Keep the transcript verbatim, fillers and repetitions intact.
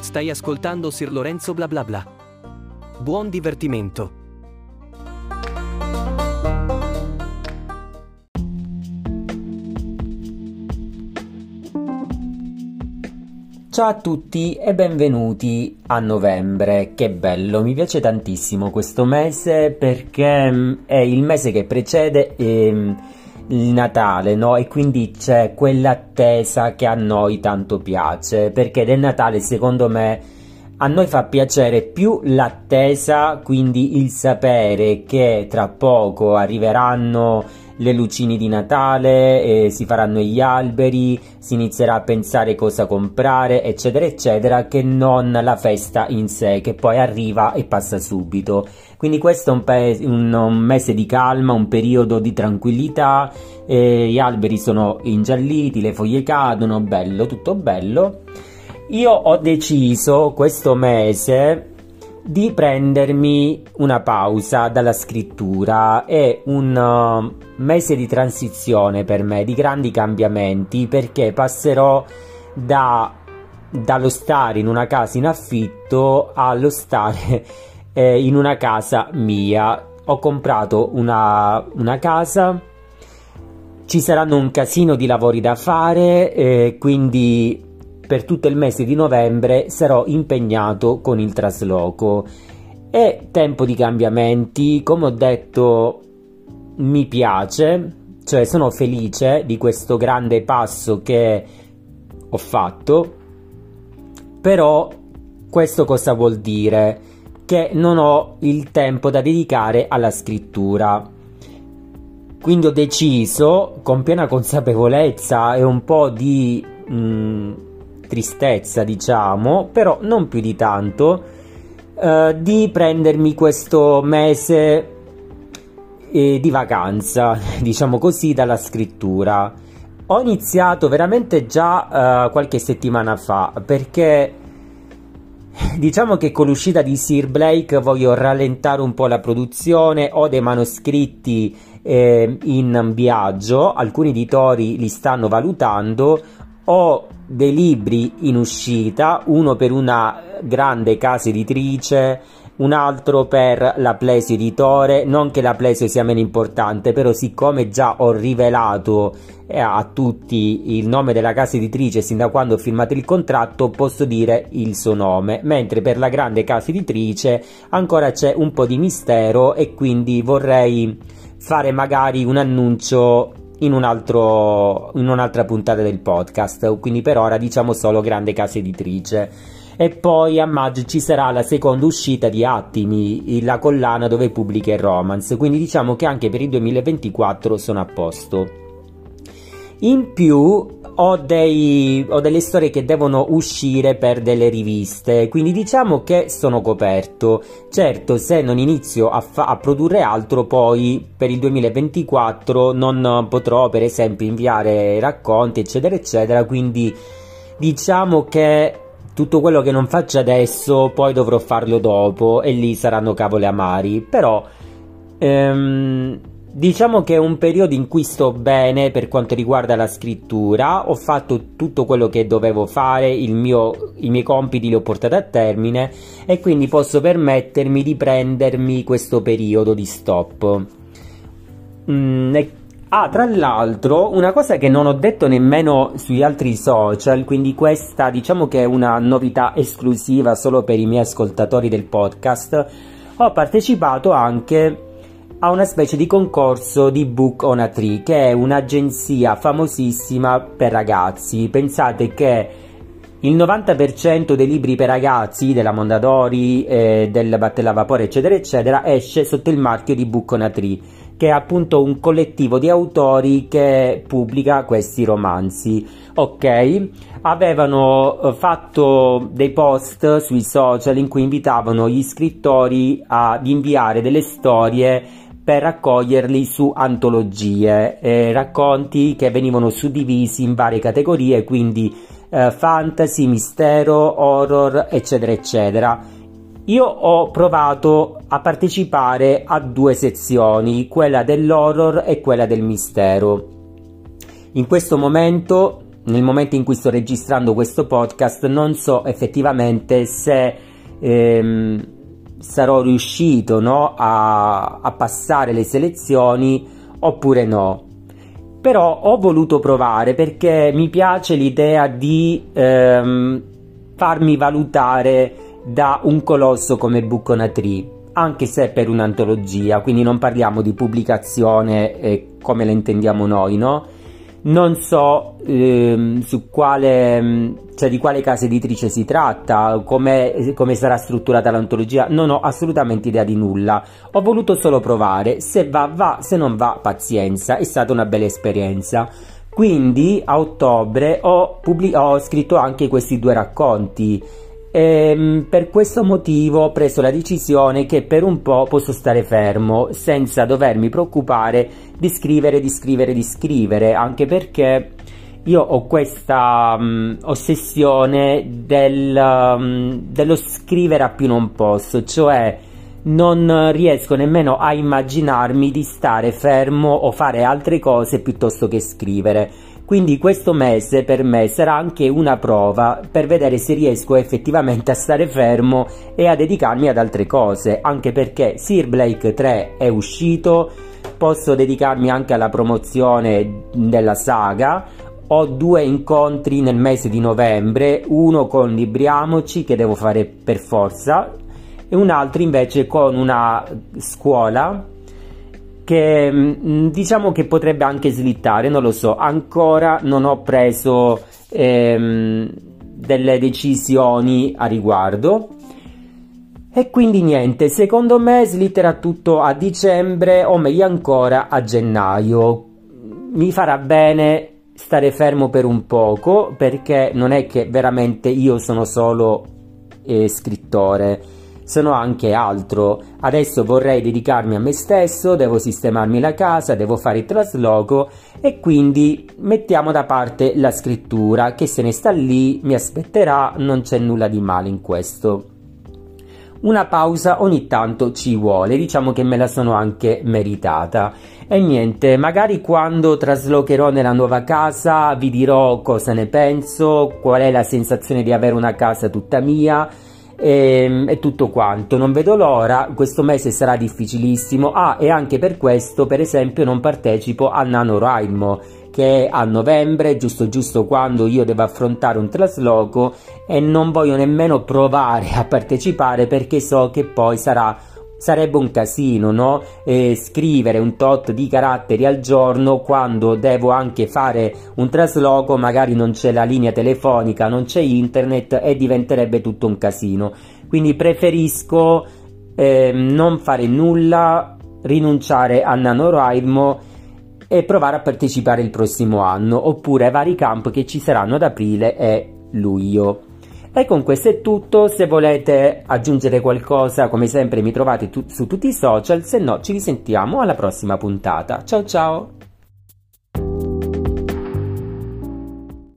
Stai ascoltando Sir Lorenzo bla bla bla. Buon divertimento. Ciao a tutti e benvenuti a novembre. Che bello, mi piace tantissimo questo mese perché è il mese che precede ehm, il Natale, no? E quindi c'è quell'attesa che a noi tanto piace, perché del Natale secondo me a noi fa piacere più l'attesa, quindi il sapere che tra poco arriveranno le lucine di Natale, eh, si faranno gli alberi, si inizierà a pensare cosa comprare, eccetera eccetera, che non la festa in sé, che poi arriva e passa subito. Quindi questo è un, pe- un, un mese di calma, un periodo di tranquillità, eh, gli alberi sono ingialliti, le foglie cadono, bello, tutto bello. Io ho deciso questo mese di prendermi una pausa dalla scrittura. È un uh, mese di transizione per me, di grandi cambiamenti, perché passerò da, dallo stare in una casa in affitto allo stare eh, in una casa mia. Ho comprato una, una casa, ci saranno un casino di lavori da fare, eh, quindi per tutto il mese di novembre sarò impegnato con il trasloco. È tempo di cambiamenti, come ho detto mi piace, cioè sono felice di questo grande passo che ho fatto, però questo cosa vuol dire? Che non ho il tempo da dedicare alla scrittura. Quindi ho deciso, con piena consapevolezza e un po' di mh, tristezza, diciamo, però non più di tanto, eh, di prendermi questo mese eh, di vacanza, diciamo così, dalla scrittura. Ho iniziato veramente già eh, qualche settimana fa, perché diciamo che con l'uscita di Sir Blake voglio rallentare un po' la produzione. Ho dei manoscritti eh, in viaggio, alcuni editori li stanno valutando. Ho dei libri in uscita, uno per una grande casa editrice, un altro per la Plesio Editore. Non che la Plesio sia meno importante, però siccome già ho rivelato a tutti il nome della casa editrice sin da quando ho firmato il contratto, posso dire il suo nome, mentre per la grande casa editrice ancora c'è un po' di mistero e quindi vorrei fare magari un annuncio in un altro in un'altra puntata del podcast. Quindi per ora diciamo solo grande casa editrice. E poi a maggio ci sarà la seconda uscita di Attimi, la collana dove pubblica il romance, quindi diciamo che anche per il duemilaventiquattro sono a posto. In più ho, dei, ho delle storie che devono uscire per delle riviste, quindi diciamo che sono coperto. Certo, se non inizio a, fa- a produrre altro, poi per il duemilaventiquattro non potrò per esempio inviare racconti eccetera eccetera, quindi diciamo che tutto quello che non faccio adesso poi dovrò farlo dopo e lì saranno cavoli amari. Però ehm, diciamo che è un periodo in cui sto bene per quanto riguarda la scrittura. Ho fatto tutto quello che dovevo fare, il mio, i miei compiti li ho portati a termine e quindi posso permettermi di prendermi questo periodo di stop. Mm, e Ah, tra l'altro, una cosa che non ho detto nemmeno sugli altri social, quindi questa diciamo che è una novità esclusiva solo per i miei ascoltatori del podcast. Ho partecipato anche a una specie di concorso di Book on a Tree, che è un'agenzia famosissima per ragazzi. Pensate che il novanta per cento dei libri per ragazzi della Mondadori, eh, del Battella Vapore eccetera eccetera esce sotto il marchio di Book on a Tree, che è appunto un collettivo di autori che pubblica questi romanzi. Ok, avevano fatto dei post sui social in cui invitavano gli scrittori ad inviare delle storie per raccoglierli su antologie, eh, racconti che venivano suddivisi in varie categorie, quindi eh, fantasy, mistero, horror eccetera eccetera. Io ho provato a partecipare a due sezioni, quella dell'horror e quella del mistero. In questo momento nel momento in cui sto registrando questo podcast non so effettivamente se ehm, sarò riuscito, no, a, a passare le selezioni oppure no. Però ho voluto provare perché mi piace l'idea di ehm, farmi valutare da un colosso come Book on a Tree, anche se per un'antologia, quindi non parliamo di pubblicazione eh, come la intendiamo noi, no? Non so ehm, su quale, cioè di quale casa editrice si tratta, come, come sarà strutturata l'antologia, non ho assolutamente idea di nulla. Ho voluto solo provare, se va va, se non va pazienza, è stata una bella esperienza. Quindi a ottobre ho, pubblic- ho scritto anche questi due racconti. E per questo motivo ho preso la decisione che per un po' posso stare fermo senza dovermi preoccupare di scrivere, di scrivere, di scrivere, anche perché io ho questa um, ossessione del, um, dello scrivere a più non posso, cioè non riesco nemmeno a immaginarmi di stare fermo o fare altre cose piuttosto che scrivere. Quindi questo mese per me sarà anche una prova per vedere se riesco effettivamente a stare fermo e a dedicarmi ad altre cose, anche perché Sir Blake tre è uscito, posso dedicarmi anche alla promozione della saga. Ho due incontri nel mese di novembre, uno con Libriamoci che devo fare per forza e un altro invece con una scuola che diciamo che potrebbe anche slittare, non lo so, ancora non ho preso ehm, delle decisioni a riguardo e quindi niente, secondo me slitterà tutto a dicembre o meglio ancora a gennaio. Mi farà bene stare fermo per un poco perché non è che veramente io sono solo eh, scrittore, sono anche altro. Adesso vorrei dedicarmi a me stesso, devo sistemarmi la casa, devo fare il trasloco e quindi mettiamo da parte la scrittura che se ne sta lì, mi aspetterà, non c'è nulla di male in questo. Una pausa ogni tanto ci vuole, diciamo che me la sono anche meritata. E niente, magari quando traslocherò nella nuova casa vi dirò cosa ne penso, qual è la sensazione di avere una casa tutta mia, e, e tutto quanto. Non vedo l'ora, questo mese sarà difficilissimo. Ah, e anche per questo per esempio non partecipo al NaNoWriMo, che è a novembre, giusto giusto quando io devo affrontare un trasloco, e non voglio nemmeno provare a partecipare perché so che poi sarà sarebbe un casino, no? E scrivere un tot di caratteri al giorno quando devo anche fare un trasloco, magari non c'è la linea telefonica, non c'è internet e diventerebbe tutto un casino. Quindi preferisco eh, non fare nulla, rinunciare a NaNoWriMo e provare a partecipare il prossimo anno, oppure ai vari camp che ci saranno ad aprile e luglio. E con questo è tutto. Se volete aggiungere qualcosa, come sempre mi trovate tu- su tutti i social, se no ci risentiamo alla prossima puntata. Ciao ciao!